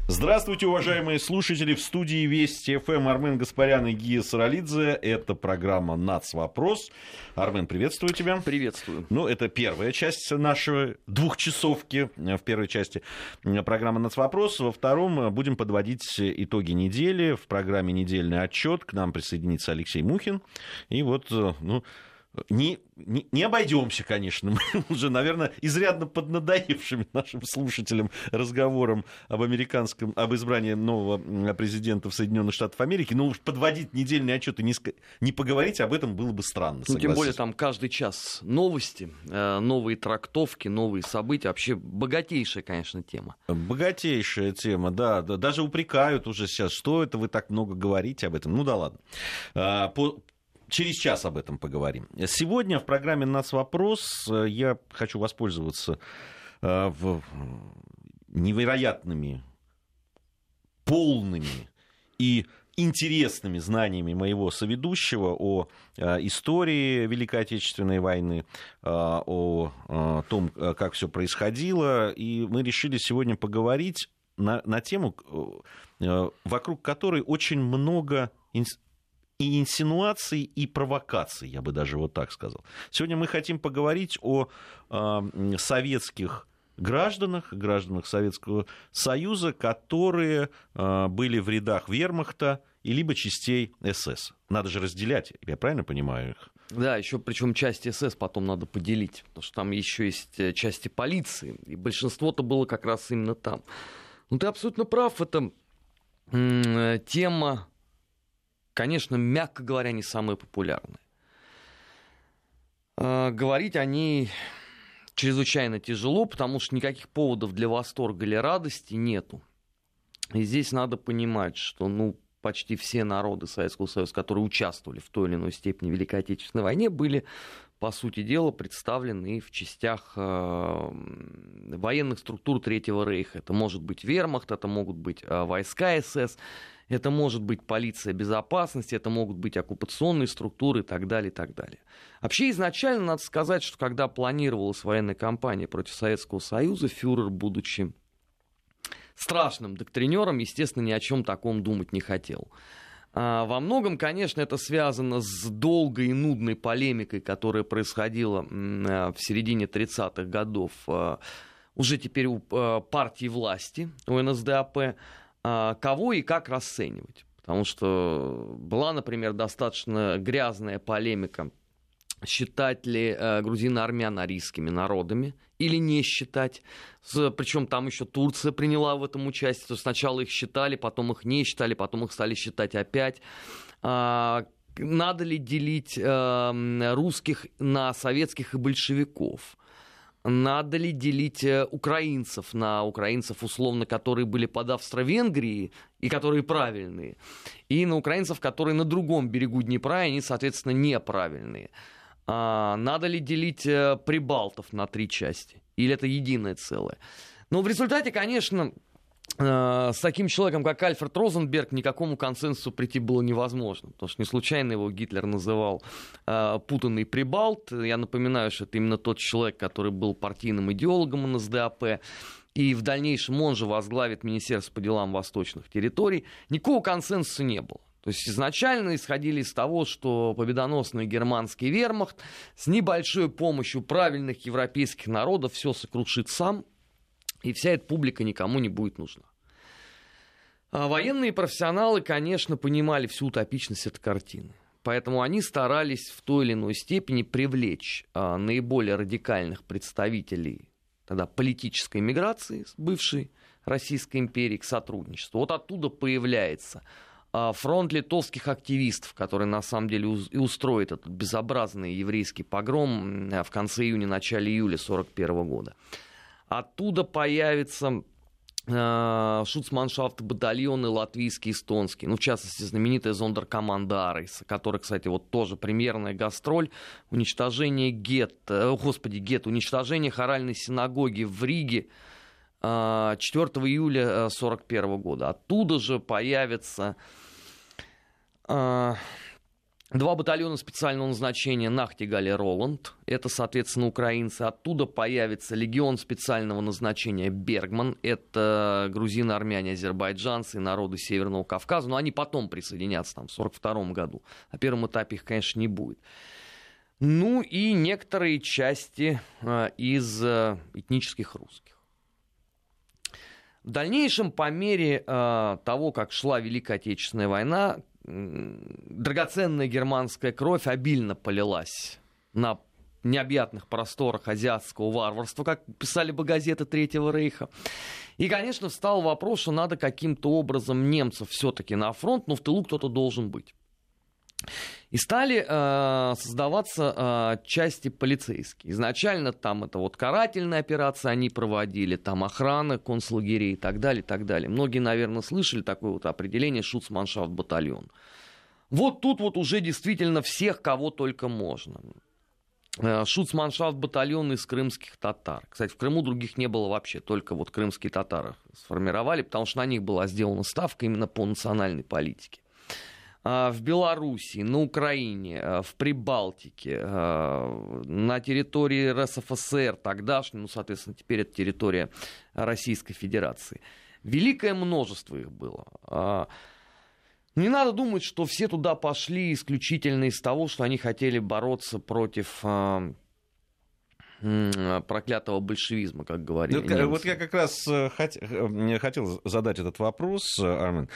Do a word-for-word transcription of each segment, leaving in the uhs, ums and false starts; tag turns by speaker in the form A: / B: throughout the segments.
A: Здравствуйте, уважаемые слушатели. В студии Вести ФМ Армен Гаспарян и Гия Саралидзе. Это программа «Нацвопрос». Армен, приветствую тебя.
B: Приветствую.
A: Ну, это первая часть нашей двухчасовки. В первой части программы «Нацвопрос». Во втором будем подводить итоги недели. В программе «Недельный отчет» к нам присоединится Алексей Мухин. И вот, ну... Не, не, не обойдемся, конечно, мы уже, наверное, изрядно поднадоевшими нашим слушателям разговором об американском, об избрании нового президента в Соединенных Штатах Америки, но уж подводить недельный отчет и не, не поговорить об этом было бы странно.
B: Ну, тем более там каждый час новости, новые трактовки, новые события, вообще богатейшая, конечно, тема.
A: Богатейшая тема, да, да, даже упрекают уже сейчас, что это вы так много говорите об этом. Ну да ладно. По Через час об этом поговорим. Сегодня в программе «Нацвопрос» я хочу воспользоваться невероятными, полными и интересными знаниями моего соведущего о истории Великой Отечественной войны, о том, как все происходило. И мы решили сегодня поговорить на, на тему, вокруг которой очень много и инсинуаций, и провокаций, я бы даже вот так сказал. Сегодня мы хотим поговорить о э, советских гражданах, гражданах Советского Союза, которые э, были в рядах вермахта и либо частей СС. Надо же разделять, я правильно понимаю их?
B: Да, еще причем части СС потом надо поделить, потому что там еще есть части полиции, и большинство-то было как раз именно там. Ну, ты абсолютно прав, это м- тема, конечно, мягко говоря, не самые популярные. Говорить о ней чрезвычайно тяжело, потому что никаких поводов для восторга или радости нету. И здесь надо понимать, что ну, почти все народы Советского Союза, которые участвовали в той или иной степени в Великой Отечественной войне, были, по сути дела, представлены в частях э, военных структур Третьего Рейха. Это может быть вермахт, это могут быть э, войска СС, это может быть полиция безопасности, это могут быть оккупационные структуры и так далее, и так далее. Вообще, изначально надо сказать, что когда планировалась военная кампания против Советского Союза, фюрер, будучи страшным доктринером, естественно, ни о чем таком думать не хотел. А во многом, конечно, это связано с долгой и нудной полемикой, которая происходила в середине тридцатых годов уже теперь у партии власти, у эн эс дэ а пэ, кого и как расценивать. Потому что была, например, достаточно грязная полемика, считать ли грузино-армян арийскими народами или не считать. Причем там еще Турция приняла в этом участие. То есть сначала их считали, потом их не считали, потом их стали считать опять. Надо ли делить русских на советских и большевиков? Надо ли делить украинцев на украинцев, условно, которые были под Австро-Венгрией и которые правильные, и на украинцев, которые на другом берегу Днепра, и они, соответственно, неправильные? Надо ли делить прибалтов на три части? Или это единое целое? Но в результате, конечно, с таким человеком, как Альфред Розенберг, к никакому консенсусу прийти было невозможно. Потому что не случайно его Гитлер называл э, путанный прибалт. Я напоминаю, что это именно тот человек, который был партийным идеологом эн эс дэ а пэ. И в дальнейшем он же возглавит Министерство по делам восточных территорий. Никакого консенсуса не было. То есть изначально исходили из того, что победоносный германский вермахт с небольшой помощью правильных европейских народов все сокрушит сам. И вся эта публика никому не будет нужна. А военные профессионалы, конечно, понимали всю утопичность этой картины. Поэтому они старались в той или иной степени привлечь а, наиболее радикальных представителей тогда политической миграции с бывшей Российской империи к сотрудничеству. Вот оттуда появляется а, фронт литовских активистов, который на самом деле уз- и устроит этот безобразный еврейский погром а, в конце июня, начале июля сорок первого года. Оттуда появятся э, шуцманшафты, батальоны латвийские, эстонские. Ну, в частности, знаменитая зондеркоманда Арейса, которая, кстати, вот тоже премьерная гастроль. Уничтожение гетто, э, господи, гетто, уничтожение хоральной синагоги в Риге э, четвёртого июля сорок первого года. Оттуда же появятся... Э, Два батальона специального назначения Нахтигаль и Роланд. Это, соответственно, украинцы. Оттуда появится легион специального назначения Бергман. Это грузины, армяне, азербайджанцы и народы Северного Кавказа. Но они потом присоединятся, там, в сорок втором году. На первом этапе их, конечно, не будет. Ну и некоторые части э, из э, этнических русских. В дальнейшем, по мере э, того, как шла Великая Отечественная война, драгоценная германская кровь обильно полилась на необъятных просторах азиатского варварства, как писали бы газеты Третьего Рейха. И, конечно, встал вопрос, что надо каким-то образом немцев все-таки на фронт, но в тылу кто-то должен быть. И стали э, создаваться э, части полицейские. Изначально там это вот карательные операции они проводили, там охрана концлагерей и так далее, и так далее. Многие, наверное, слышали такое вот определение шуцманшафт-батальон. Вот тут вот уже действительно всех, кого только можно. Э, шуцманшафт-батальон из крымских татар. Кстати, в Крыму других не было вообще, только вот крымские татары сформировали, потому что на них была сделана ставка именно по национальной политике. В Белоруссии, на Украине, в Прибалтике, на территории РСФСР тогдашней, ну, соответственно, теперь это территория Российской Федерации. Великое множество их было. Не надо думать, что все туда пошли исключительно из того, что они хотели бороться против проклятого большевизма, как говорили немцы.
A: Вот я как раз хотел задать этот вопрос, Армен.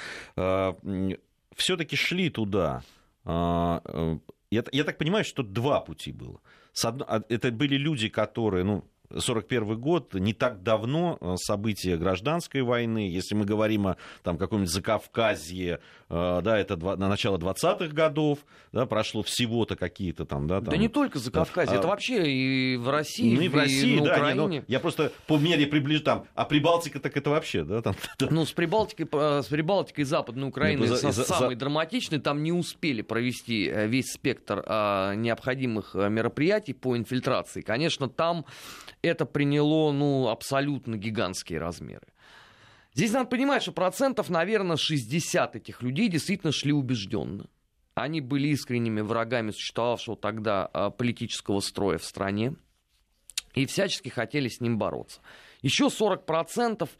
A: Все-таки шли туда. Я, я так понимаю, что два пути было. Это были люди, которые, ну, сорок первый год, не так давно события гражданской войны, если мы говорим о там, каком-нибудь Закавказье, да, это на начало двадцатых годов, да, прошло всего-то какие-то там... Да, там,
B: да не только Закавказье, а, это вообще и в России,
A: ну, и в России,
B: и на
A: да,
B: Украине.
A: Не, ну, я просто по мере приближу там, а Прибалтика так это вообще, да? Там,
B: ну, с Прибалтикой, с Прибалтикой и Западной Украиной Нет, за, самый за... драматичный, там не успели провести весь спектр а, необходимых мероприятий по инфильтрации. Конечно, там это приняло, ну, абсолютно гигантские размеры. Здесь надо понимать, что процентов, наверное, шестьдесят этих людей действительно шли убежденно. Они были искренними врагами существовавшего тогда политического строя в стране и всячески хотели с ним бороться. Еще сорок процентов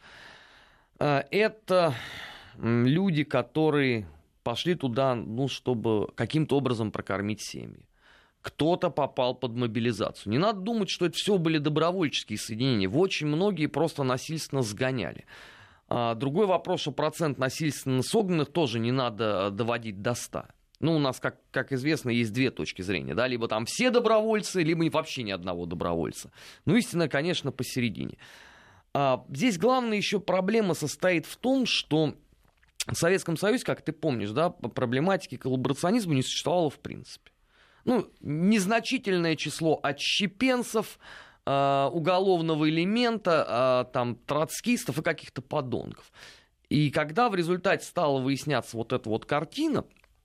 B: это люди, которые пошли туда, ну, чтобы каким-то образом прокормить семьи. Кто-то попал под мобилизацию. Не надо думать, что это все были добровольческие соединения. В очень многие просто насильственно сгоняли. А другой вопрос, что процент насильственно согнанных тоже не надо доводить до ста. Ну, у нас, как, как известно, есть две точки зрения. Да? Либо там все добровольцы, либо вообще ни одного добровольца. Ну, истина, конечно, посередине. А здесь главная еще проблема состоит в том, что в Советском Союзе, как ты помнишь, да, проблематики коллаборационизма не существовало в принципе. Ну, незначительное число отщепенцев, э, уголовного элемента, э, там, троцкистов и каких-то подонков. И когда в результате стала выясняться вот эта вот картина,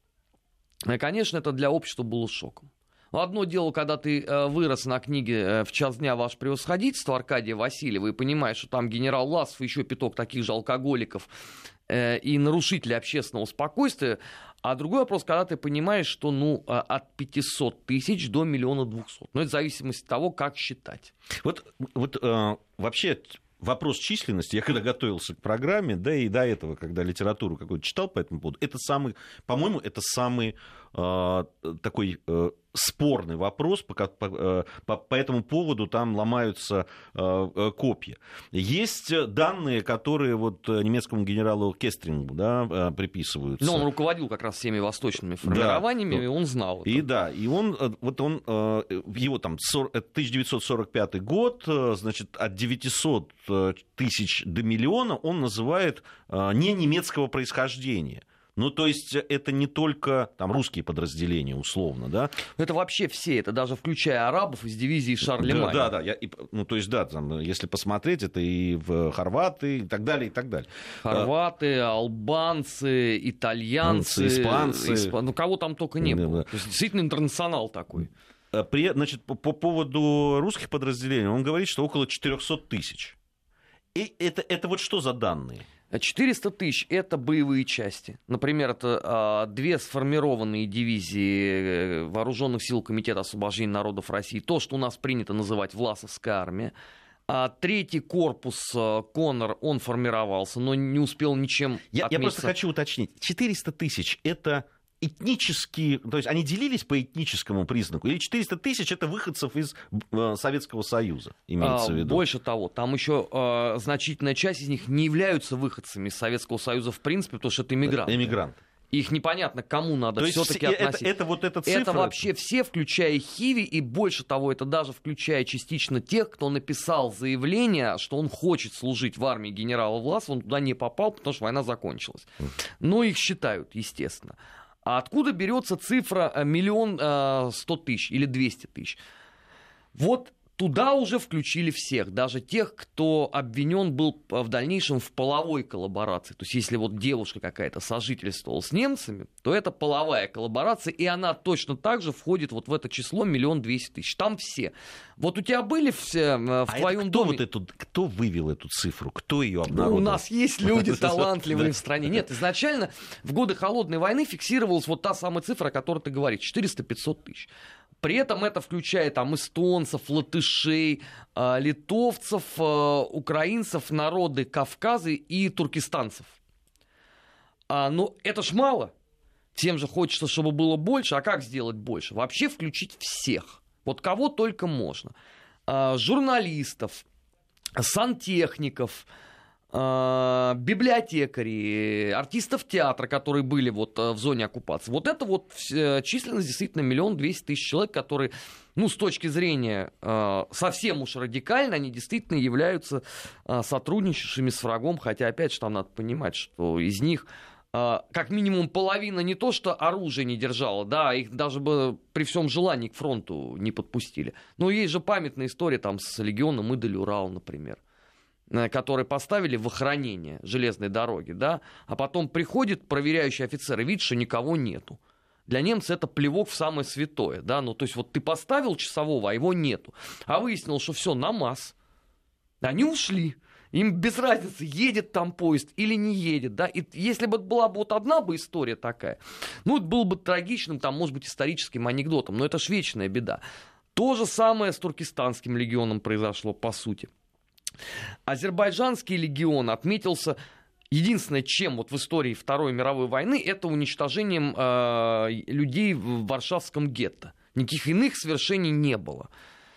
B: э, конечно, это для общества было шоком. Одно дело, когда ты э, вырос на книге э, «В час дня ваше превосходительство» Аркадия Васильева и понимаешь, что там генерал Ласов и еще пяток таких же алкоголиков э, и нарушителей общественного спокойствия. А другой вопрос, когда ты понимаешь, что ну, от пятисот тысяч до миллиона двухсот. Но это в зависимости от того, как считать.
A: Вот, вот э, вообще вопрос численности, я когда готовился к программе, да и до этого, когда литературу какую-то читал по этому поводу, это самый, по-моему, это самый э, такой э, спорный вопрос, по, по, по, по этому поводу там ломаются э, копья. Есть данные, которые вот немецкому генералу Кестрингу, да, приписываются.
B: Но он руководил как раз всеми восточными формированиями, да, и он знал это.
A: И да, и он, вот он, его там тысяча девятьсот сорок пятый год, значит, от девятисот тысяч до миллиона он называет не немецкого происхождения. Ну, то есть, это не только там русские подразделения, условно, да?
B: Это вообще все, это даже включая арабов из дивизии Шарлеманя.
A: Да, да, да. Я, и, ну, то есть, да, там, если посмотреть, это и в хорваты, и так далее, и так далее.
B: Хорваты, албанцы, итальянцы,
A: испанцы.
B: Исп... Ну, кого там только не было. То есть, действительно интернационал такой.
A: При, значит, по, по поводу русских подразделений, он говорит, что около четырехсот тысяч. И это, это вот что за данные?
B: четыреста тысяч — это боевые части. Например, это а, две сформированные дивизии Вооруженных сил Комитета освобождения народов России, то, что у нас принято называть Власовская армия. А третий корпус а, Коннор, он формировался, но не успел ничем
A: я,
B: отметиться.
A: Я просто хочу уточнить. четыреста тысяч — это этнические, то есть они делились по этническому признаку, или четыреста тысяч — это выходцев из э, Советского Союза, имеется
B: а,
A: в виду?
B: Больше того, там еще э, значительная часть из них не являются выходцами из Советского Союза в принципе, потому что это иммигранты.
A: Эмигранты.
B: Их непонятно, к кому надо
A: То
B: все-таки
A: есть
B: относить.
A: Это, это вот эта цифра...
B: Это вообще все, включая Хиви, и больше того, это даже включая частично тех, кто написал заявление, что он хочет служить в армии генерала Власова, он туда не попал, потому что война закончилась. Но их считают, естественно. А откуда берется цифра миллион сто тысяч или двести тысяч? Вот туда уже включили всех, даже тех, кто обвинен был в дальнейшем в половой коллаборации. То есть если вот девушка какая-то сожительствовала с немцами, то это половая коллаборация, и она точно так же входит вот в это число миллион двести тысяч. Там все. Вот у тебя были все в
A: а
B: твоем
A: это кто
B: доме...
A: Вот эту, кто вывел эту цифру? Кто ее обнародовал?
B: Ну, у нас есть люди талантливые в стране. Нет, изначально в годы Холодной войны фиксировалась вот та самая цифра, о которой ты говоришь, четыреста-пятьсот тысяч. При этом это включает там эстонцев, латышей, э, литовцев, э, украинцев, народы Кавказа и туркестанцев. А, но это ж мало. Всем же хочется, чтобы было больше. А как сделать больше? Вообще включить всех. Вот кого только можно. А, журналистов, сантехников, библиотекари, артистов театра, которые были вот в зоне оккупации. Вот это вот численность действительно миллион двести тысяч человек, которые, ну, с точки зрения совсем уж радикально, они действительно являются сотрудничавшими с врагом, хотя, опять же, там надо понимать, что из них как минимум половина не то, что оружие не держала, да, их даже бы при всем желании к фронту не подпустили. Но есть же памятная история там с легионом Идаль-Урал, например, которые поставили в охранение железной дороги, да, а потом приходит проверяющий офицер и видит, что никого нету. Для немца это плевок в самое святое, да, ну, то есть вот ты поставил часового, а его нету, а выяснил, что все, намаз. Они ушли, им без разницы, едет там поезд или не едет, да, и если бы была бы вот одна бы история такая, ну, это было бы трагичным, там, может быть, историческим анекдотом, но это ж вечная беда. То же самое с туркестанским легионом произошло, по сути. Азербайджанский легион отметился единственное, чем вот в истории Второй мировой войны, это уничтожением э, людей в Варшавском гетто. Никаких иных свершений не было.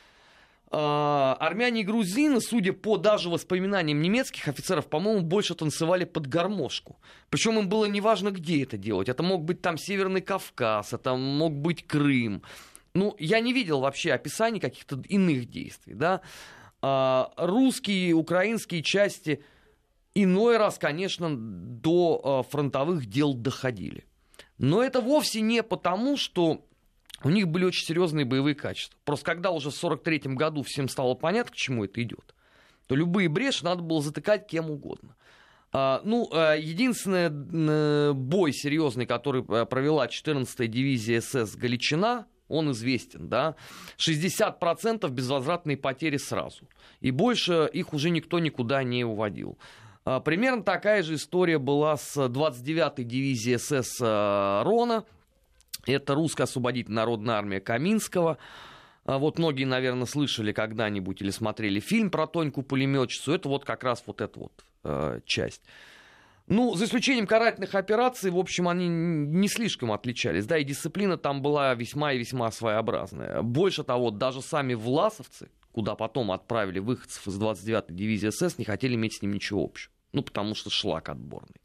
B: Э, армяне и грузины, судя по даже воспоминаниям немецких офицеров, по-моему, больше танцевали под гармошку. Причем им было неважно, где это делать. Это мог быть там Северный Кавказ, это мог быть Крым. Ну, я не видел вообще описаний каких-то иных действий, да. Русские, украинские части иной раз, конечно, до фронтовых дел доходили. Но это вовсе не потому, что у них были очень серьезные боевые качества. Просто когда уже в сорок третьем году всем стало понятно, к чему это идет, то любые бреши надо было затыкать кем угодно. Ну, единственный бой серьезный, который провела четырнадцатая дивизия СС Галичина, он известен, да, шестьдесят процентов безвозвратные потери сразу. И больше их уже никто никуда не уводил. Примерно такая же история была с двадцать девятой дивизией СС Рона. Это русская освободительная народная армия Каминского. Вот многие, наверное, слышали когда-нибудь или смотрели фильм про Тоньку-пулеметчицу. Это вот как раз вот эта вот э, часть. Ну, за исключением карательных операций, в общем, они не слишком отличались, да, и дисциплина там была весьма и весьма своеобразная. Больше того, даже сами власовцы, куда потом отправили выходцев из двадцать девятой дивизии СС, не хотели иметь с ним ничего общего. Ну, потому что шлак отборный.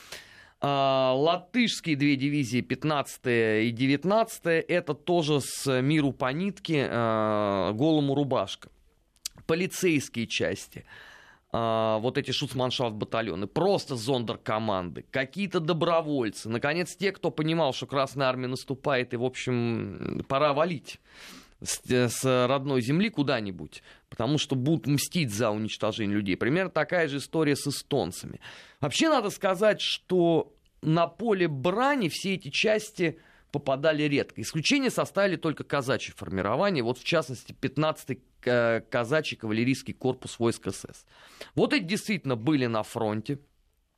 B: А, латышские две дивизии, пятнадцатая и девятнадцатая, это тоже с миру по нитке, а, голому рубашка. Полицейские части. Вот эти шуцманшафт-батальоны, просто зондеркоманды, какие-то добровольцы, наконец, те, кто понимал, что Красная Армия наступает, и, в общем, пора валить с, с родной земли куда-нибудь, потому что будут мстить за уничтожение людей. Примерно такая же история с эстонцами. Вообще, надо сказать, что на поле брани все эти части попадали редко. Исключение составили только казачьи формирования, вот в частности пятнадцатый казачий кавалерийский корпус войск СС. Вот эти действительно были на фронте,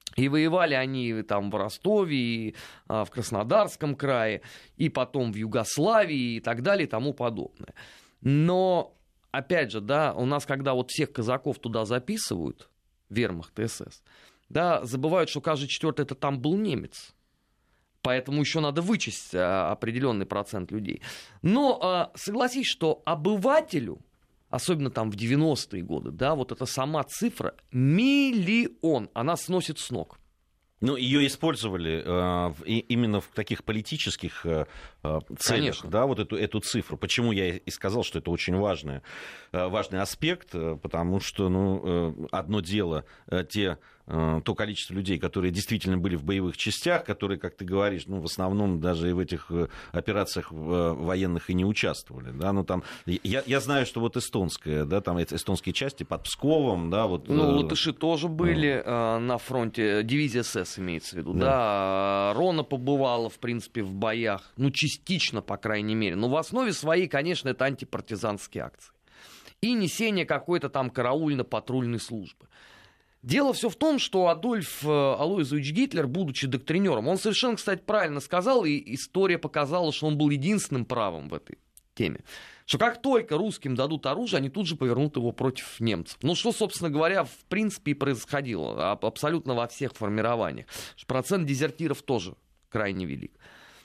B: И воевали они там в Ростове, и а, в Краснодарском крае, и потом в Югославии, и так далее, и тому подобное. Но, опять же, да, у нас, когда вот всех казаков туда записывают, вермахт, СС, да, забывают, что каждый четвертый это там был немец. Поэтому еще надо вычесть а, определенный процент людей. Но а, согласись, что обывателю, особенно там в девяностые годы, да, вот эта сама цифра миллион, она сносит с ног.
A: Ну, ее использовали э, в, и, именно в таких политических э, целях,
B: Конечно.
A: Да, вот эту, эту цифру. Почему я и сказал, что это очень важный, э, важный аспект, э, потому что, ну, э, одно дело, э, те, э, то количество людей, которые действительно были в боевых частях, которые, как ты говоришь, ну, в основном даже и в этих э, операциях э, военных и не участвовали, да, ну, там, я, я знаю, что вот эстонская, да, там эстонские части под Псковом, да, вот.
B: Ну,
A: э,
B: латыши тоже были э, на фронте, дивизия СС имеется в виду, да. да, Рона побывала, в принципе, в боях, ну, частично, по крайней мере, но в основе своей, конечно, это антипартизанские акции и несение какой-то там караульно-патрульной службы. Дело все в том, что Адольф Алойзович Гитлер, будучи доктринером, он совершенно, кстати, правильно сказал, и история показала, что он был единственным правым в этой теме, что как только русским дадут оружие, они тут же повернут его против немцев. Ну, что, собственно говоря, в принципе и происходило абсолютно во всех формированиях. Процент дезертиров тоже крайне велик.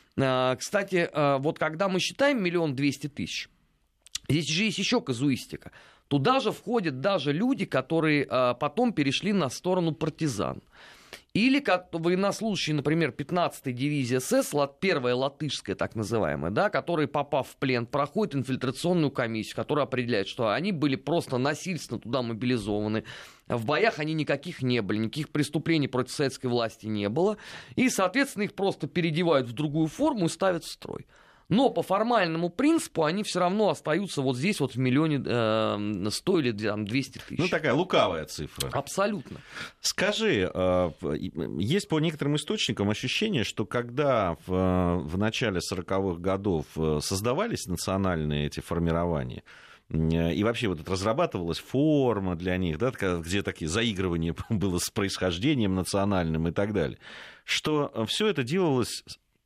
B: Кстати, вот когда мы считаем миллион двести тысяч, здесь же есть еще казуистика. Туда же входят даже люди, которые потом перешли на сторону партизан. Или как военнослужащие, например, пятнадцатой дивизии СС, первая латышская так называемая, да, которые, попав в плен, проходят инфильтрационную комиссию, которая определяет, что они были просто насильственно туда мобилизованы. В боях они никаких не были, никаких преступлений против советской власти не было. И, соответственно, их просто переодевают в другую форму и ставят в строй. Но по формальному принципу они все равно остаются вот здесь вот в миллионе э, сто или там, двести тысяч.
A: Ну, такая лукавая цифра.
B: Абсолютно.
A: Скажи, э, есть по некоторым источникам ощущение, что когда в, в начале сороковых годов создавались национальные эти формирования, и вообще вот разрабатывалась форма для них, да, где такие заигрывания было с происхождением национальным и так далее, что все это делалось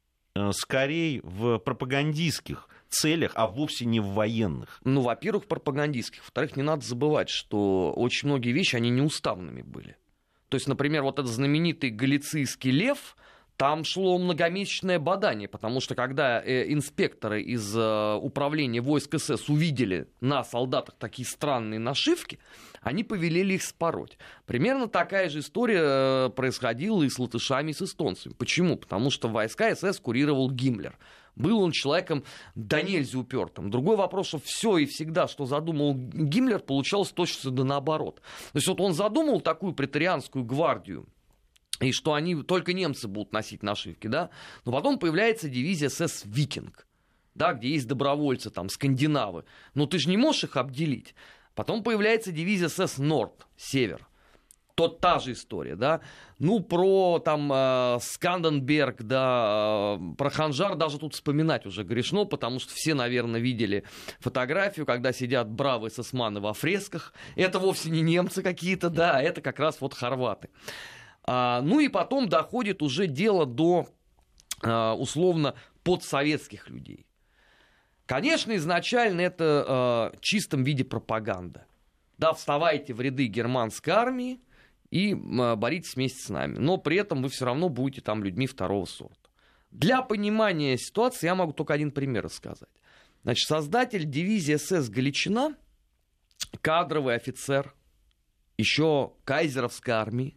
A: скорее в пропагандистских целях, а вовсе не в военных.
B: Ну, во-первых, пропагандистских. Во-вторых, не надо забывать, что очень многие вещи, они неуставными были. То есть, например, вот этот знаменитый галицийский лев, там шло многомесячное бадание, потому что когда э, инспекторы из э, управления войск СС увидели на солдатах такие странные нашивки, они повелели их спороть. Примерно такая же история э, происходила и с латышами, и с эстонцами. Почему? Потому что войска СС курировал Гиммлер. Был он человеком да нельзя упертым. Другой вопрос, что все и всегда, что задумал Гиммлер, получалось точно да наоборот. То есть вот он задумал такую претарианскую гвардию, и что они, только немцы будут носить нашивки, да, но потом появляется дивизия СС «Викинг», да, где есть добровольцы, там, скандинавы, но ты же не можешь их обделить. Потом появляется дивизия СС «Норд», «Север», то та же история, да, ну, про, там, э, Сканденберг, да, э, про Ханжар даже тут вспоминать уже грешно, потому что все, наверное, видели фотографию, когда сидят бравые эсэсманы во фресках, это вовсе не немцы какие-то, да, это как раз вот хорваты. А, ну и потом доходит уже дело до, а, условно, подсоветских людей. Конечно, изначально это а, в чистом виде пропаганда. Да, вставайте в ряды германской армии и а, боритесь вместе с нами. Но при этом вы все равно будете там людьми второго сорта. Для понимания ситуации я могу только один пример рассказать. Значит, создатель дивизии СС «Галичина», кадровый офицер еще кайзеровской армии,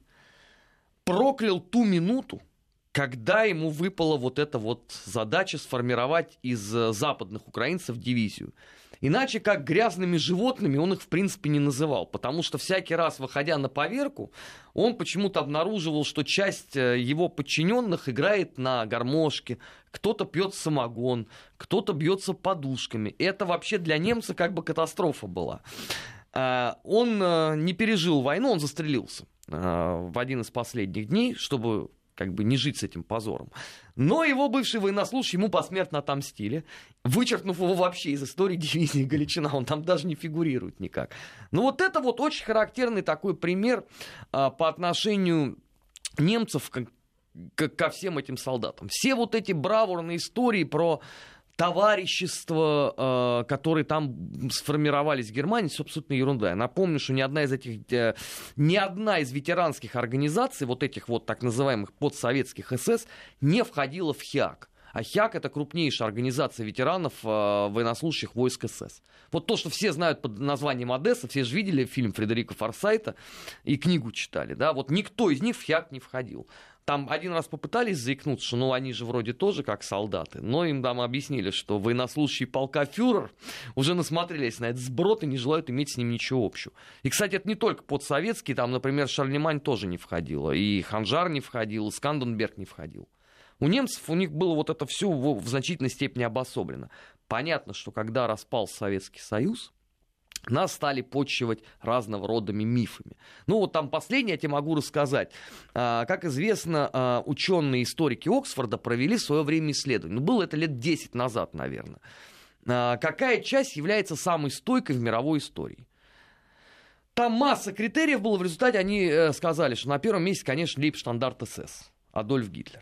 B: проклял ту минуту, когда ему выпала вот эта вот задача сформировать из западных украинцев дивизию. Иначе как грязными животными он их в принципе не называл, потому что всякий раз, выходя на поверку, он почему-то обнаруживал, что часть его подчиненных играет на гармошке, кто-то пьет самогон, кто-то бьется подушками. Это вообще для немца как бы катастрофа была. Он не пережил войну, он застрелился в один из последних дней, чтобы как бы не жить с этим позором. Но его бывший военнослужащий ему посмертно отомстили, вычеркнув его вообще из истории дивизии Галичина. Он там даже не фигурирует никак. Ну вот это вот очень характерный такой пример а, по отношению немцев к, к, ко всем этим солдатам. Все вот эти бравурные истории про товарищества, э, которые там сформировались в Германии, все абсолютно ерунда. Я напомню, что ни одна из этих, э, ни одна из ветеранских организаций, вот этих вот так называемых подсоветских СС, не входила в ХИАК. А ХИАК — это крупнейшая организация ветеранов э, военнослужащих войск СС. Вот то, что все знают под названием Одесса, все же видели фильм Фредерика Форсайта и книгу читали, да, вот никто из них в ХИАК не входил. Там один раз попытались заикнуться, что ну они же вроде тоже как солдаты, но им там объяснили, что военнослужащие полка «Фюрер» уже насмотрелись на этот сброд и не желают иметь с ним ничего общего. И, кстати, это не только подсоветские, там, например, Шарлемань тоже не входила, и Ханжар не входил, и Сканденберг не входил. У немцев, у них было вот это все в, в значительной степени обособлено. Понятно, что когда распался Советский Союз, нас стали почивать разного рода мифами. Ну вот там последнее я тебе могу рассказать. А, как известно, а, ученые историки Оксфорда провели в свое время исследование. Ну было это лет десять назад, наверное. А, какая часть является самой стойкой в мировой истории? Там масса критериев было, в результате они э, сказали, что на первом месте, конечно, лейбштандарт СС, Адольф Гитлер.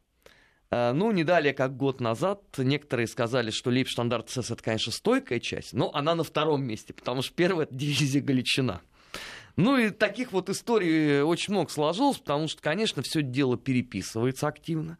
B: Ну, не далее, как год назад, некоторые сказали, что лейбштандарт СС — это, конечно, стойкая часть, но она на втором месте, потому что первая — это дивизия Галичина. Ну, и таких вот историй очень много сложилось, потому что, конечно, все дело переписывается активно.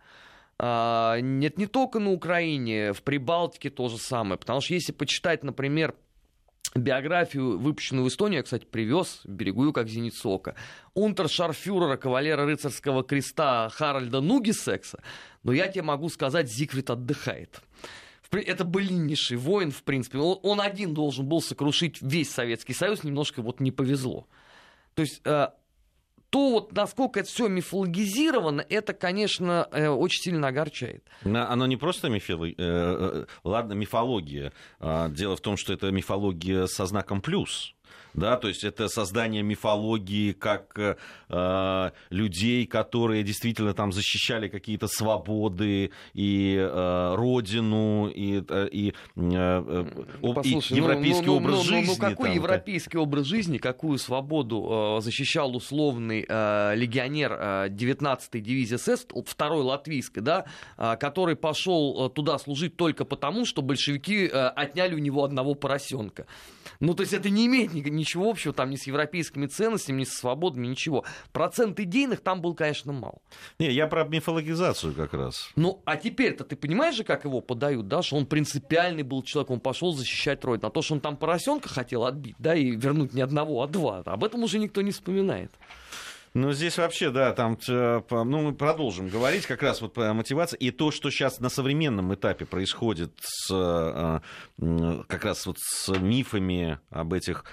B: Нет, не только на Украине, в Прибалтике то же самое, потому что если почитать, например, биографию, выпущенную в Эстонии, я, кстати, привез, берегу ее как зеницу ока, унтершарфюрера, кавалера рыцарского креста Харальда Нугисекса, но я тебе могу сказать, Зигфрид отдыхает. Это былиннейший воин, в принципе. Он, он один должен был сокрушить весь Советский Союз, немножко вот не повезло. То есть э, то, вот, насколько это все мифологизировано, это, конечно, э, очень сильно огорчает.
A: Оно не просто мифило... э, ладно, мифология. Дело в том, что это мифология со знаком плюс. Да, то есть это создание мифологии как э, людей, которые действительно там защищали какие-то свободы и э, родину, и, и, э, Послушай, и европейский ну, ну, образ ну, жизни. Ну, ну
B: какой
A: там,
B: европейский да? образ жизни, какую свободу э, защищал условный э, легионер э, девятнадцатой дивизии СС, второй латвийской, да, э, который пошел туда служить только потому, что большевики э, отняли у него одного поросенка. Ну, то есть это не имеет ничего общего там ни с европейскими ценностями, ни со свободами, ничего. Процент идейных там был, конечно, мало.
A: Не, я про мифологизацию как раз.
B: Ну, а теперь-то ты понимаешь же, как его подают, да, что он принципиальный был человек, он пошел защищать родину. А то, что он там поросенка хотел отбить, да, и вернуть не одного, а два, об этом уже никто не вспоминает.
A: Ну, здесь вообще, да, там, ну, мы продолжим говорить как раз вот по мотивации. И то, что сейчас на современном этапе происходит с, как раз вот с мифами об этих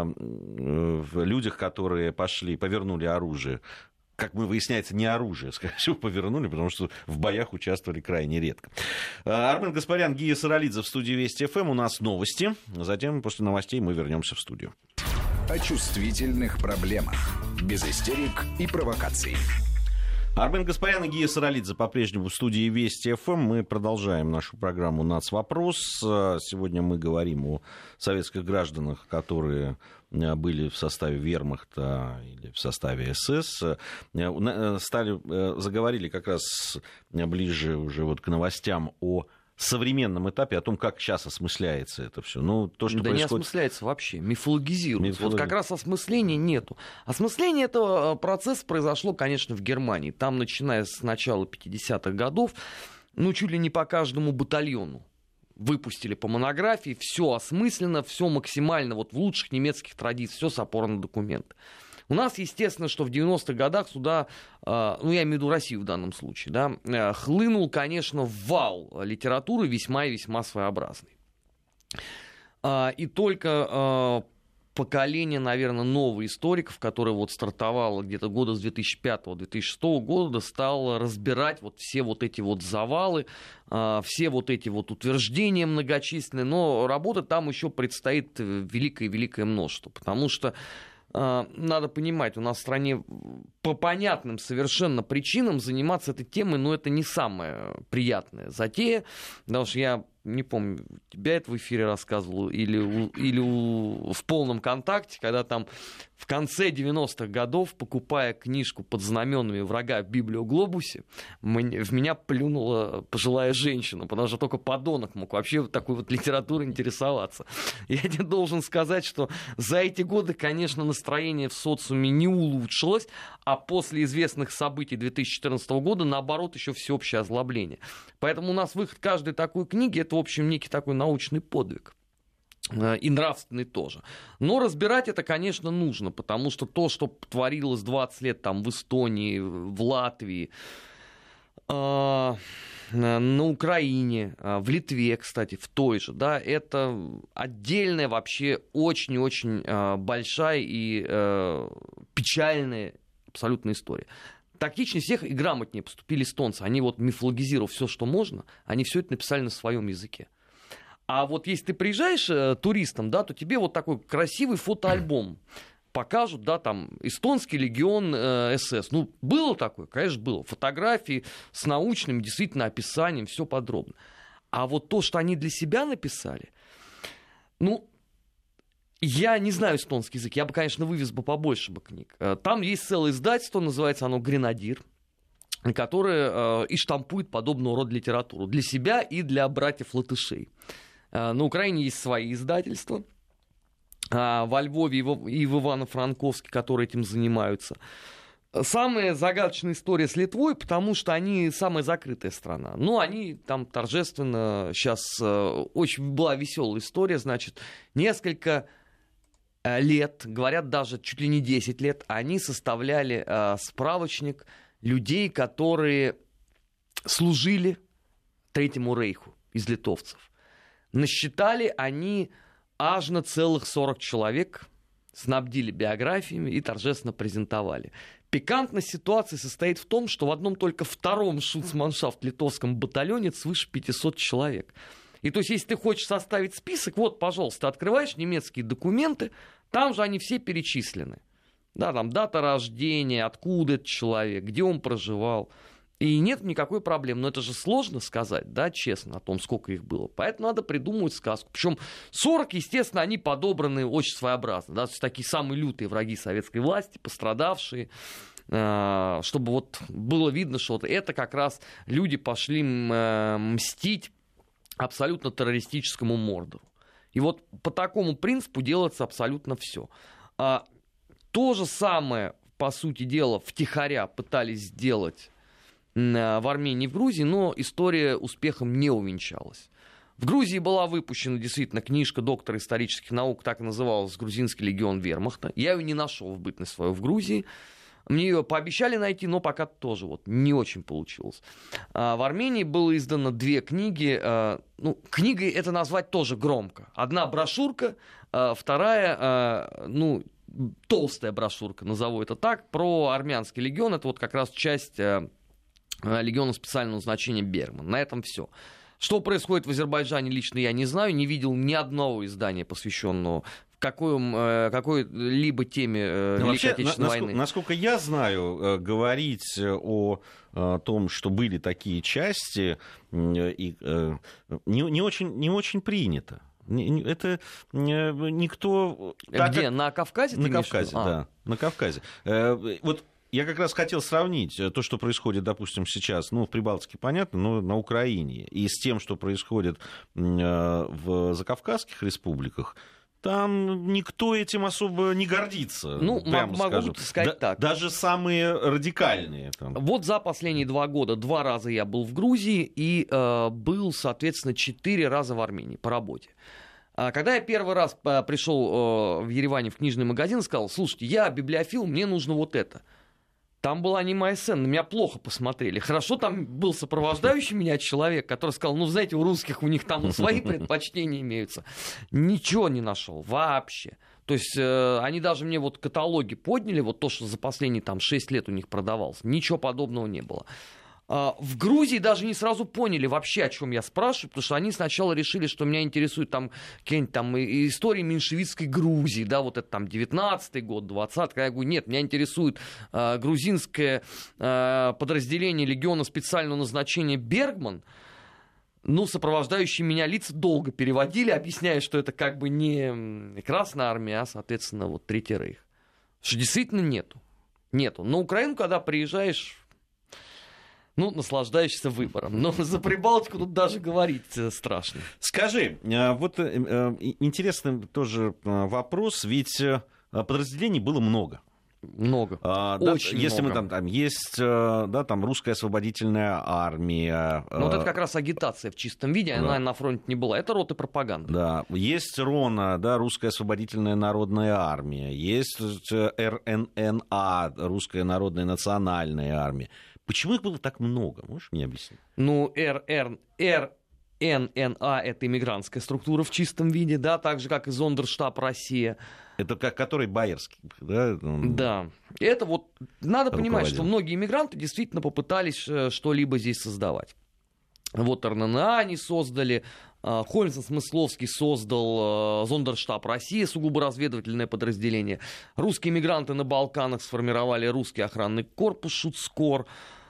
A: людях, которые пошли, повернули оружие. Как мы выясняется, не оружие, скорее всего, повернули, потому что в боях участвовали крайне редко. Армен Гаспарян, Гия Саралидзе в студии Вести ФМ. У нас новости. Затем, после новостей, мы вернемся в студию.
C: О чувствительных проблемах. Без истерик и провокаций.
A: Армен Гаспарян и Гия Саралидзе по-прежнему в студии Вести ФМ. Мы продолжаем нашу программу «Нацвопрос». Сегодня мы говорим о советских гражданах, которые были в составе вермахта или в составе СС. Стали, заговорили как раз ближе уже вот к новостям о современном этапе, о том, как сейчас осмысляется это все. Ну, то, что
B: да
A: происходит...
B: не осмысляется вообще, мифологизируется.
A: Мифологи...
B: Вот как раз осмысления нету. Осмысление этого процесса произошло, конечно, в Германии. Там, начиная с начала пятидесятых годов, ну, чуть ли не по каждому батальону выпустили по монографии, все осмысленно, все максимально вот в лучших немецких традициях, все с опорой на документы. У нас, естественно, что в девяностых годах сюда, ну, я имею в виду Россию в данном случае, да, хлынул, конечно, вал литературы весьма и весьма своеобразный. И только поколение, наверное, новых историков, которое вот стартовало где-то года с две тысячи пятого - две тысячи шестого года, стало разбирать вот все вот эти вот завалы, все вот эти вот утверждения многочисленные, но работы там еще предстоит великое-великое множество, потому что надо понимать, у нас в стране по понятным совершенно причинам заниматься этой темой, но это не самая приятная затея, потому что я не помню, тебя это в эфире рассказывал или, у, или у, в полном контакте, когда там в конце девяностых годов, покупая книжку «Под знаменами врага» в Библиоглобусе, в меня плюнула пожилая женщина, потому что только подонок мог вообще такой вот литературой интересоваться. Я тебе должен сказать, что за эти годы, конечно, настроение в социуме не улучшилось, а после известных событий две тысячи четырнадцатого года, наоборот, еще всеобщее озлобление. Поэтому у нас выход каждой такой книги — это, в общем, некий такой научный подвиг. И нравственный тоже. Но разбирать это, конечно, нужно, потому что то, что творилось двадцать лет там в Эстонии, в Латвии, э, на Украине, в Литве, кстати, в той же, да, это отдельная вообще очень-очень э, большая и э, печальная абсолютная история. Тактичнее всех и грамотнее поступили эстонцы. Они вот, мифологизировав все, что можно, они все это написали на своем языке. А вот если ты приезжаешь э, туристом, да, то тебе вот такой красивый фотоальбом покажут, да, там, эстонский легион э, СС. Ну, было такое? Конечно, было. Фотографии с научным, действительно, описанием, все подробно. А вот то, что они для себя написали, ну, я не знаю эстонский язык, я бы, конечно, вывез бы побольше бы книг. Там есть целое издательство, называется оно «Гренадир», которое э, и штампует подобного рода литературу для себя и для братьев-латышей. Э, на Украине есть свои издательства, э, во Львове и в, и в Ивано-Франковске, которые этим занимаются. Самая загадочная история с Литвой, потому что они самая закрытая страна. Ну, они там торжественно... Сейчас э, очень была веселая история, значит, несколько лет, говорят, даже чуть ли не десять лет, они составляли э, справочник людей, которые служили Третьему рейху из литовцев. Насчитали они аж на целых сорок человек, снабдили биографиями и торжественно презентовали. Пикантность ситуации состоит в том, что в одном только втором шуцманшафт литовском батальоне свыше пятьсот человек. И то есть, если ты хочешь составить список, вот, пожалуйста, открываешь немецкие документы, там же они все перечислены. Да, там дата рождения, откуда этот человек, где он проживал. И нет никакой проблемы. Но это же сложно сказать, да, честно, о том, сколько их было. Поэтому надо придумывать сказку. Причем сорок, естественно, они подобраны очень своеобразно. Да, то есть такие самые лютые враги советской власти, пострадавшие. Чтобы вот было видно, что вот это как раз люди пошли мстить абсолютно террористическому Мордору. И вот по такому принципу делается абсолютно все. А, то же самое, по сути дела, втихаря пытались сделать а, в Армении и в Грузии, но история успехом не увенчалась. В Грузии была выпущена действительно книжка доктора исторических наук, так и называлась «Грузинский легион вермахта». Я ее не нашел в бытность свою в Грузии. Мне ее пообещали найти, но пока тоже вот не очень получилось. А, в Армении было издано две книги. А, ну, книгой это назвать тоже громко. Одна брошюрка, а, вторая, а, ну, толстая брошюрка, назову это так, про армянский легион. Это вот как раз часть а, легиона специального назначения Бергман. На этом все. Что происходит в Азербайджане, лично я не знаю. Не видел ни одного издания, посвященного какой, какой-либо теме э,
A: ну,
B: Великой
A: вообще,
B: Отечественной
A: на,
B: войны.
A: Насколько я знаю, э, говорить о, о том, что были такие части, э, и, э, не, не, очень, не очень принято. Это никто...
B: Где?
A: Так,
B: на Кавказе?
A: На Кавказе, а. да. На Кавказе. Э, вот я как раз хотел сравнить то, что происходит, допустим, сейчас, ну, в Прибалтике, понятно, но на Украине, и с тем, что происходит э, в закавказских республиках. Там никто этим особо не гордится.
B: Ну,
A: прямо
B: могу
A: скажу.
B: сказать
A: да,
B: так.
A: Даже самые радикальные. Там.
B: Вот за последние два года два раза я был в Грузии и э, был, соответственно, четыре раза в Армении по работе. Когда я первый раз пришел э, в Ереване в книжный магазин и сказал: слушайте, я библиофил, мне нужно вот это. Там была немая сцена, на меня плохо посмотрели. Хорошо, там был сопровождающий меня человек, который сказал: ну, знаете, у русских у них там свои предпочтения имеются. Ничего не нашел вообще. То есть э, они даже мне вот каталоги подняли, вот то, что за последние там шесть лет у них продавалось. Ничего подобного не было. А в Грузии даже не сразу поняли вообще, о чем я спрашиваю, потому что они сначала решили, что меня интересуют там какие-нибудь там истории меньшевистской Грузии, да, вот это там девятнадцатый год, двадцатый. Я говорю: нет, меня интересует э, грузинское э, подразделение легиона специального назначения Бергман. Ну, сопровождающие меня лица долго переводили, объясняя, что это как бы не Красная Армия, а, соответственно, вот Третий Рейх. Что действительно нету. Нету. На Украину, когда приезжаешь, ну, наслаждаешься выбором. Но за Прибалтику тут даже говорить страшно.
A: Скажи, вот интересный тоже вопрос, ведь подразделений было много.
B: Много.
A: А, да,
B: Очень
A: если
B: много.
A: мы там, там есть, да, там русская освободительная армия.
B: Ну, вот это как раз агитация в чистом виде,
A: да.
B: она на фронте не была. Это роты пропаганды.
A: Да, есть РОНА, да, русская освободительная народная армия, есть эр эн эн а, русская народная национальная армия. Почему их было так много? Можешь мне объяснить?
B: Ну, эр эр эн эн а это иммигрантская структура в чистом виде, да, так же, как и Зондерштаб Россия.
A: Это как который Боярский, да?
B: Да. Это вот надо
A: руководил.
B: Понимать, что многие иммигранты действительно попытались что-либо здесь создавать. Вот эр эн эн а они создали, Хольмсен-Смысловский создал Зондерштаб России, сугубо разведывательное подразделение. Русские иммигранты на Балканах сформировали русский охранный корпус Шуцкор.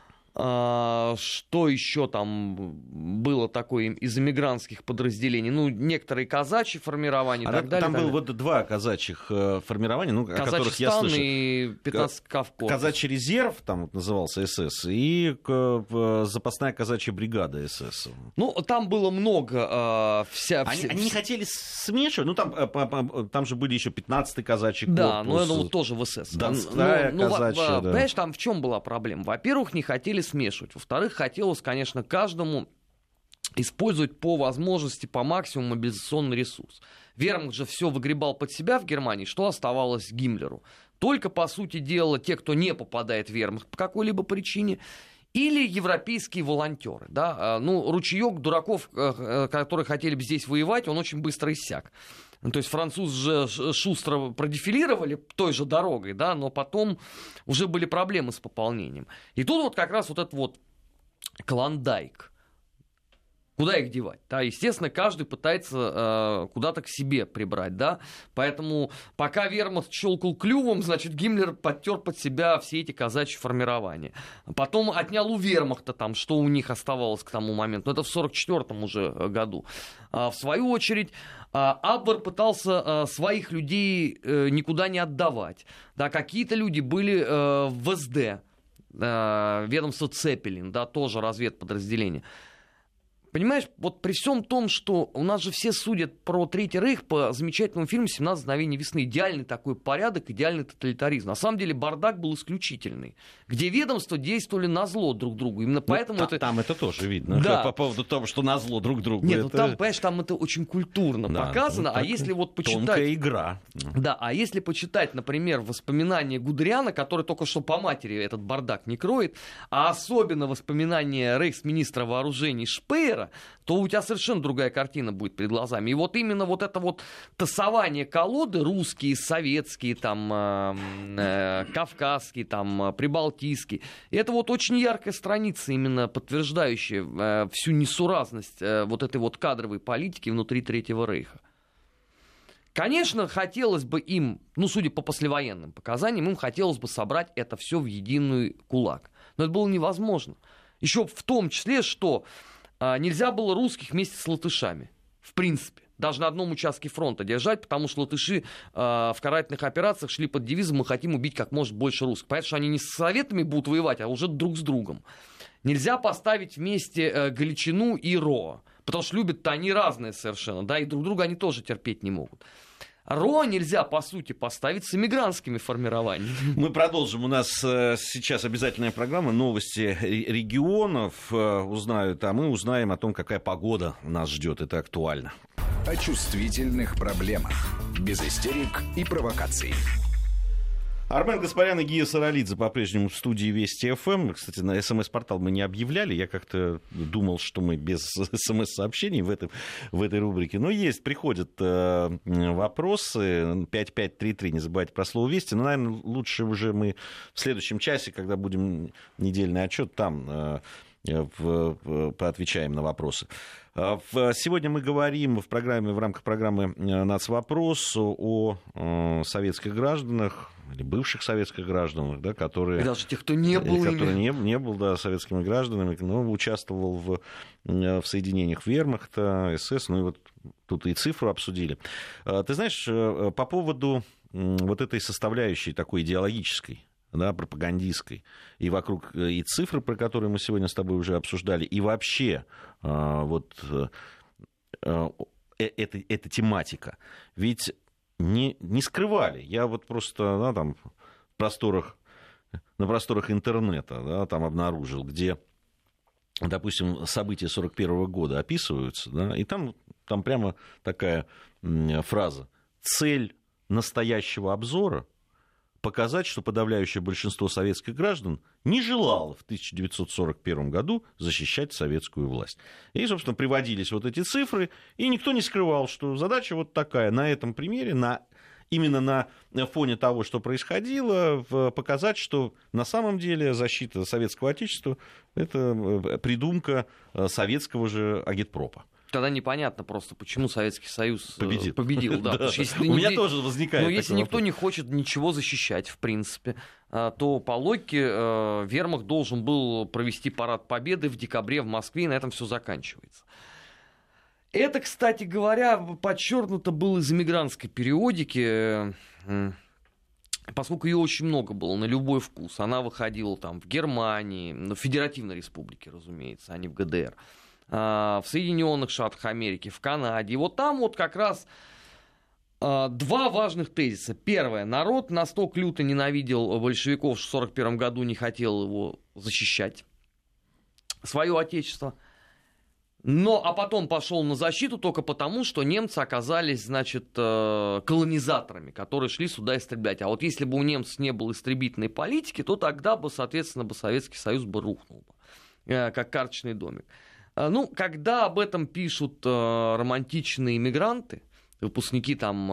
B: Что еще там было такое из эмигрантских подразделений? Ну, некоторые казачьи формирования и
A: а
B: так
A: там,
B: далее.
A: Там
B: так
A: было
B: далее.
A: вот два казачьих формирования, ну, о которых я слышал.
B: и пятнадцатый Кавкор.
A: Казачий резерв, там вот назывался СС, и запасная казачья бригада СС.
B: Ну, там было много. Э, вся,
A: они,
B: вся,
A: они не хотели смешивать, ну, там, там же были еще пятнадцатый казачий корпус.
B: Да, но это вот тоже в СС.
A: Донская
B: ну,
A: казачья,
B: ну,
A: да.
B: Понимаешь, там в чем была проблема? Во-первых, не хотели смешивать. Во-вторых, хотелось, конечно, каждому использовать по возможности, по максимуму мобилизационный ресурс. Вермахт же все выгребал под себя в Германии, что оставалось Гиммлеру? Только, по сути дела, те, кто не попадает в вермахт по какой-либо причине, или европейские волонтеры. Да? Ну, ручеек дураков, которые хотели бы здесь воевать, он очень быстро иссяк. Ну, то есть французы же шустро продефилировали той же дорогой, да, но потом уже были проблемы с пополнением. И тут вот как раз вот этот вот клондайк. Куда их девать? Да, естественно, каждый пытается э, куда-то к себе прибрать, да. Поэтому пока вермахт щелкал клювом, значит, Гиммлер подтер под себя все эти казачьи формирования. Потом отнял у вермахта там, что у них оставалось к тому моменту. Но это в сорок четвёртом уже году. А в свою очередь, Абвер пытался э, своих людей э, никуда не отдавать. Да, какие-то люди были э, в эс дэ, э, ведомство Цепелин, да, тоже разведподразделение. Понимаешь, вот при всем том, что у нас же все судят про Третий Рейх по замечательному фильму «семнадцать мгновений весны». Идеальный такой порядок, идеальный тоталитаризм. На самом деле бардак был исключительный, где ведомства действовали назло друг другу. Именно поэтому
A: ну,
B: это...
A: Там это тоже видно.
B: Да.
A: По поводу того, что назло друг другу.
B: Нет,
A: это...
B: ну там, понимаешь, там это очень культурно да, показано. Ну, а если вот почитать...
A: Тонкая игра.
B: Да, а если почитать, например, воспоминания Гудериана, который только что по матери этот бардак не кроет, а особенно воспоминания рейхсминистра вооружений Шпеера, то у тебя совершенно другая картина будет перед глазами. И вот именно вот это вот тасование колоды, русские, советские, там, э, э, кавказские, там, э, прибалтийские, это вот очень яркая страница, именно подтверждающая э, всю несуразность э, вот этой вот кадровой политики внутри Третьего Рейха. Конечно, хотелось бы им, ну, судя по послевоенным показаниям, им хотелось бы собрать это все в единый кулак. Но это было невозможно. Еще в том числе, что нельзя было русских вместе с латышами. В принципе. Даже на одном участке фронта держать, потому что латыши э, в карательных операциях шли под девизом «Мы хотим убить как можно больше русских». Понятно, что они не с советами будут воевать, а уже друг с другом. Нельзя поставить вместе э, Галичину и РО, потому что любят-то они разные совершенно, да, и друг друга они тоже терпеть не могут. РО нельзя, по сути, поставить с эмигрантскими формированиями.
A: Мы продолжим. У нас сейчас обязательная программа «Новости регионов». Узнают, а мы узнаем о том, какая погода нас ждет. Это актуально.
C: О чувствительных проблемах. Без истерик и провокаций.
A: Армен Гаспарян и Гия Саралидзе по-прежнему в студии Вести ФМ. Кстати, на СМС-портал мы не объявляли. Я как-то думал, что мы без СМС-сообщений в, этом, в этой рубрике. Но есть, приходят э, вопросы. пять пять три три, не забывайте про слово «Вести». Но, наверное, лучше уже мы в следующем часе, когда будем недельный отчет, там... Э, в, поотвечаем на вопросы. Сегодня мы говорим в программе, в рамках программы «Нацвопрос» о советских гражданах, или бывших советских гражданах, да, которые...
B: И даже тех, кто не был
A: который не, не был, да, советскими гражданами, но участвовал в, в соединениях вермахта, СС, ну и вот тут и цифру обсудили. Ты знаешь, по поводу вот этой составляющей такой идеологической, да, пропагандистской, и вокруг и цифры, про которые мы сегодня с тобой уже обсуждали, и вообще вот эта, эта тематика. Ведь не, не скрывали. Я вот просто да, там, в просторах, на просторах интернета да, там обнаружил, где, допустим, события сорок первого года описываются, да, и там, там прямо такая фраза: цель настоящего обзора — показать, что подавляющее большинство советских граждан не желало в тысяча девятьсот сорок первом году защищать советскую власть. И, собственно, приводились вот эти цифры, и никто не скрывал, что задача вот такая, на этом примере, на, именно на фоне того, что происходило, показать, что на самом деле защита советского отечества — это придумка советского же агитпропа.
B: Тогда непонятно просто, почему Советский Союз победил. победил да.
A: Да. У меня тоже возникает.
B: Но если никто не хочет ничего защищать, в принципе, то по логике вермахт должен был провести парад Победы в декабре в Москве, и на этом все заканчивается. Это, кстати говоря, подчеркнуто было из эмигрантской периодики, поскольку ее очень много было на любой вкус. Она выходила там в Германии, в Федеративной Республике, разумеется, а не в ГДР. В Соединенных Штатах Америки, в Канаде. И вот там вот как раз два важных тезиса. Первое. Народ настолько люто ненавидел большевиков, что в сорок первом году не хотел его защищать, свое отечество. Но, а потом пошел на защиту только потому, что немцы оказались, значит, колонизаторами, которые шли сюда истреблять. А вот если бы у немцев не было истребительной политики, то тогда бы, соответственно, бы Советский Союз бы рухнул бы, как карточный домик. Ну, когда об этом пишут э, романтичные иммигранты, выпускники там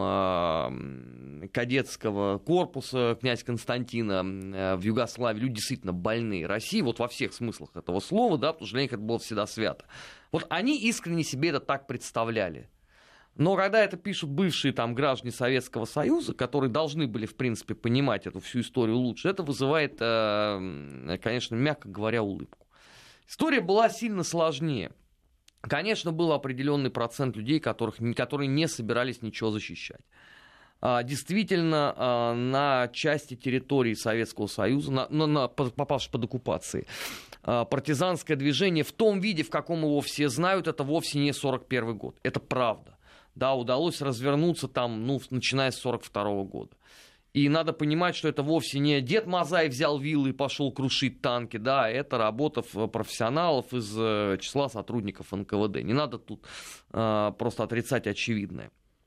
B: э, кадетского корпуса князь Константина э, в Югославии, люди действительно больные России, вот во всех смыслах этого слова, да, потому что для них это было всегда свято. Вот они искренне себе это так представляли. Но когда это пишут бывшие там граждане Советского Союза, которые должны были, в принципе, понимать эту всю историю лучше, это вызывает, э, конечно, мягко говоря, улыбку. История была сильно сложнее. Конечно, был определенный процент людей, которых, которые не собирались ничего защищать. Действительно, на части территории Советского Союза, на, на, попавшей под оккупацией, партизанское движение в том виде, в каком его все знают, это вовсе не сорок первый год. Это правда. Да, удалось развернуться там, ну, начиная с сорок второго года. И надо понимать, что это вовсе не Дед Мазай взял виллы и пошел крушить танки, да, это работа профессионалов из числа сотрудников эн ка вэ дэ. Не надо тут э, просто отрицать очевидное.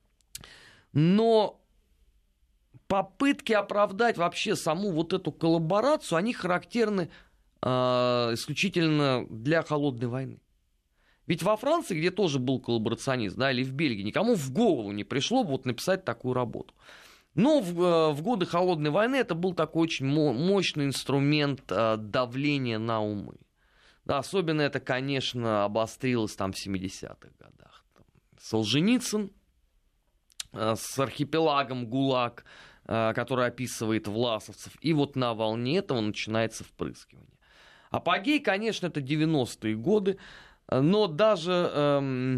B: Но попытки оправдать вообще саму вот эту коллаборацию, они характерны э, исключительно для холодной войны. Ведь во Франции, где тоже был коллаборационизм, да, или в Бельгии, никому в голову не пришло бы вот написать такую работу. Но в, в годы Холодной войны это был такой очень мощный инструмент э, давления на умы. Да, особенно это, конечно, обострилось там в семидесятых годах. Там Солженицын э, с архипелагом ГУЛАГ, э, который описывает власовцев. И вот на волне этого начинается впрыскивание. Апогей, конечно, это девяностые годы, но даже э,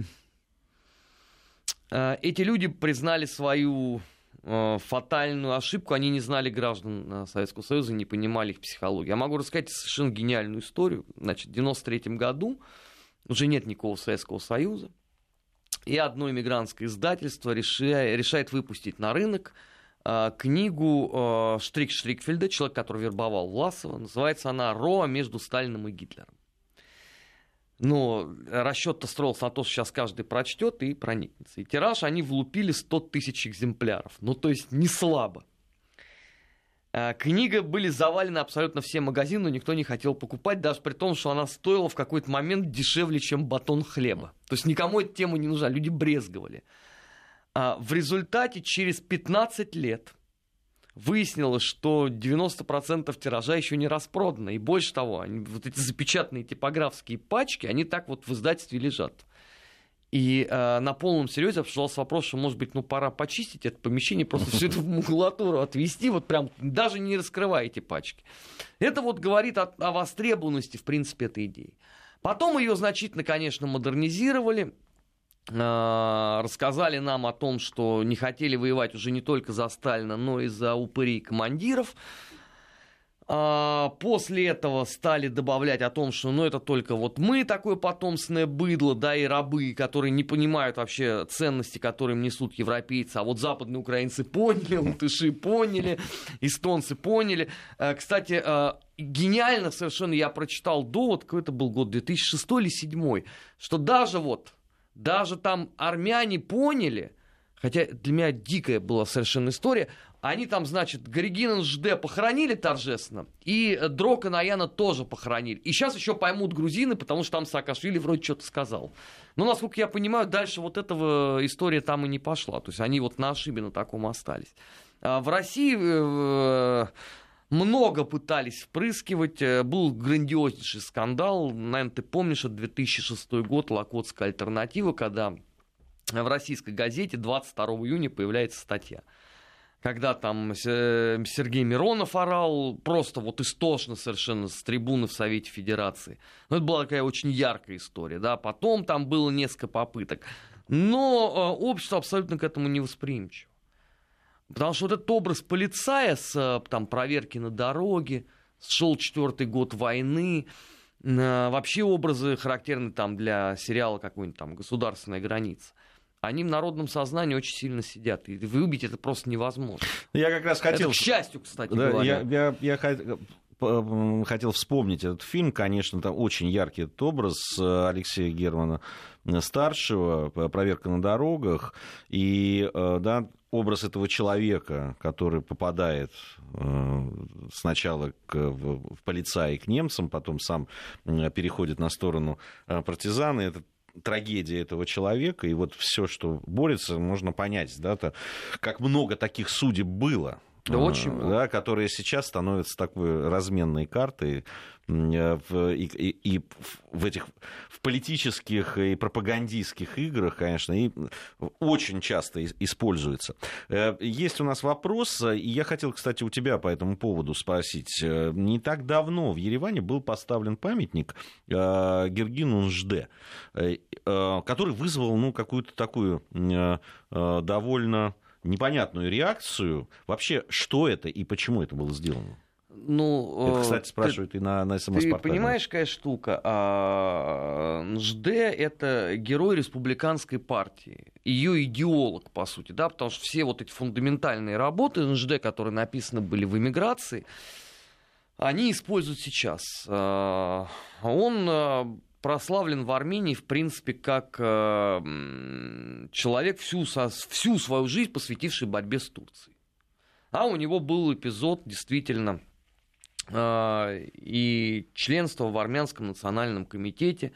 B: э, эти люди признали свою фатальную ошибку, они не знали граждан Советского Союза, не понимали их психологию. Я могу рассказать совершенно гениальную историю. Значит, в девяносто третьем году уже нет никакого Советского Союза, и одно иммигрантское издательство решает, решает выпустить на рынок э, книгу э, Штрик-Штрикфельда, человек, который вербовал Власова. Называется она «Роа между Сталиным и Гитлером». Но расчет-то строился на то, что сейчас каждый прочтет и проникнется. И тираж они влупили сто тысяч экземпляров. Ну, то есть, не слабо. Книга были завалены абсолютно все магазины, но никто не хотел покупать, даже при том, что она стоила в какой-то момент дешевле, чем батон хлеба. То есть, никому эта тема не нужна, люди брезговали. В результате через пятнадцать лет выяснилось, что девяносто процентов тиража еще не распродано. И больше того, они, вот эти запечатанные типографские пачки, они так вот в издательстве лежат. И э, на полном серьезе обсуждался вопрос, что, может быть, ну, пора почистить это помещение, просто всю эту макулатуру отвести, вот прям даже не раскрывая эти пачки. Это вот говорит о, о востребованности, в принципе, этой идеи. Потом ее значительно, конечно, модернизировали. Рассказали нам о том, что не хотели воевать уже не только за Сталина, но и за упырей командиров. После этого стали добавлять о том, что ну, это только вот мы такое потомственное быдло, да, и рабы, которые не понимают вообще ценности, которые им несут европейцы. А вот западные украинцы поняли, латыши поняли, эстонцы поняли. Кстати, гениально совершенно я прочитал довод, какой это был год, две тысячи шестой или две тысячи седьмой, что даже вот Даже там армяне поняли, хотя для меня дикая была совершенно история, они там, значит, Горегина НЖД похоронили торжественно, и Дрока Наяна тоже похоронили. И сейчас еще поймут грузины, потому что там Саакашвили вроде что-то сказал. Но, насколько я понимаю, дальше вот этого история там и не пошла. То есть они вот на ошибе на таком остались. А в России много пытались впрыскивать. Был грандиознейший скандал. Наверное, ты помнишь, это две тысячи шестой год, Локотская альтернатива, когда в российской газете двадцать второго июня появляется статья. Когда там Сергей Миронов орал, просто вот истошно совершенно с трибуны в Совете Федерации. Ну, это была такая очень яркая история. Да? Потом там было несколько попыток. Но общество абсолютно к этому не восприимчиво. Потому что вот этот образ полицая с там, проверки на дороге, шел четвертый год войны, вообще образы характерны там, для сериала какой-нибудь там «Государственная граница», они в народном сознании очень сильно сидят. И выбить это просто невозможно.
A: Я как раз хотел...
B: Это к счастью, кстати
A: да,
B: говоря.
A: Я, я, я хотел вспомнить этот фильм. Конечно, там очень яркий этот образ Алексея Германа старшего, «Проверка на дорогах». И да, образ этого человека, который попадает сначала к, в, в полицаи к немцам, потом сам переходит на сторону партизан. Это трагедия этого человека, и вот все, что борется, можно понять, да, то, как много таких судеб было.
B: Да, очень много.
A: Да, которые сейчас становятся такой разменной картой в, и, и, и в этих в политических и пропагандистских играх, конечно, и очень часто используются. Есть у нас вопрос, и я хотел, кстати, у тебя по этому поводу спросить. Не так давно в Ереване был поставлен памятник Гергину НЖД, который вызвал ну, какую-то такую довольно непонятную реакцию. Вообще, что это и почему это было сделано?
B: Ну,
A: это, кстати, спрашивают ты, и на, на СМС-портале.
B: Ты понимаешь, какая штука? А, НЖД — это герой республиканской партии, ее идеолог, по сути, да, потому что все вот эти фундаментальные работы НЖД, которые написаны были в эмиграции, они используют сейчас. А, он прославлен в Армении, в принципе, как э, человек, всю, со, всю свою жизнь посвятивший борьбе с Турцией. А у него был эпизод, действительно, э, и членство в Армянском национальном комитете.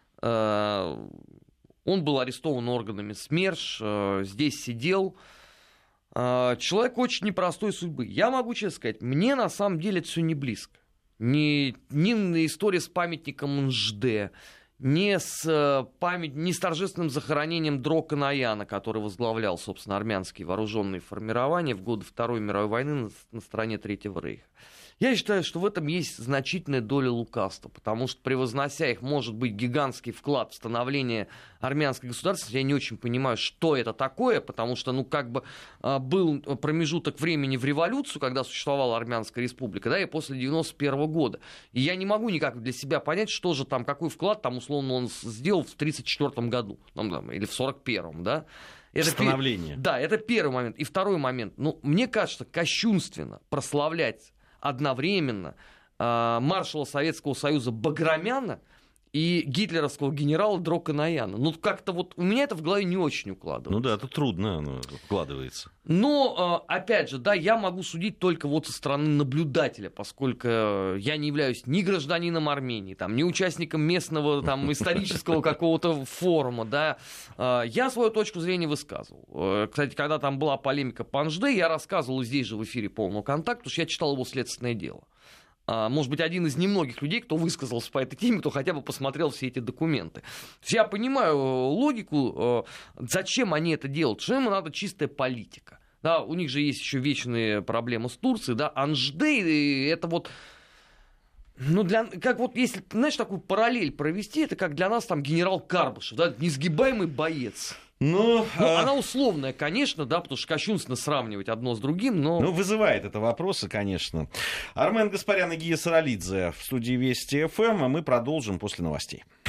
B: Э, он был арестован органами СМЕРШ, э, здесь сидел. Э, человек очень непростой судьбы. Я могу честно сказать, мне на самом деле это все не близко. Ни, ни история с памятником НЖД, ни с, память, ни с торжественным захоронением Дрока Наяна, который возглавлял, собственно, армянские вооруженные формирования в годы Второй мировой войны на, на стороне Третьего рейха. Я считаю, что в этом есть значительная доля лукавства, потому что, превознося их, может быть гигантский вклад в становление армянской государственности. Я не очень понимаю, что это такое, потому что, ну, как бы был промежуток времени в революцию, когда существовала Армянская республика, да, и после девяносто первого года. И я не могу никак для себя понять, что же там, какой вклад там, условно, он сделал в тридцать четвёртом году, там, или в сорок первом, да. Это
A: становление.
B: Пер... Да, это первый момент. И второй момент. Ну, мне кажется, кощунственно прославлять одновременно э, маршала Советского Союза Баграмяна и гитлеровского генерала Дроканаяна. Ну, как-то вот у меня это в голове не очень укладывается.
A: Ну да, это трудно оно укладывается.
B: Но, опять же, да, я могу судить только вот со стороны наблюдателя, поскольку я не являюсь ни гражданином Армении, там, ни участником местного там, исторического какого-то форума, да. Я свою точку зрения высказывал. Кстати, когда там была полемика по Анжде, я рассказывал здесь же в эфире «Полного контакта», потому что я читал его «Следственное дело». Может быть, один из немногих людей, кто высказался по этой теме, кто хотя бы посмотрел все эти документы. Я понимаю логику, зачем они это делают, что им надо чистая политика. Да, у них же есть еще вечные проблемы с Турцией, да, Анжде, это вот, ну, для, как вот, если, знаешь, такую параллель провести, это как для нас там генерал Карбышев, да, несгибаемый боец.
A: Ну,
B: ну
A: а...
B: она условная, конечно, да, потому что кощунственно сравнивать одно с другим, но...
A: Ну, вызывает это вопросы, конечно. Армен Гаспарян и Гия Саралидзе в студии Вести ФМ, а мы продолжим после новостей.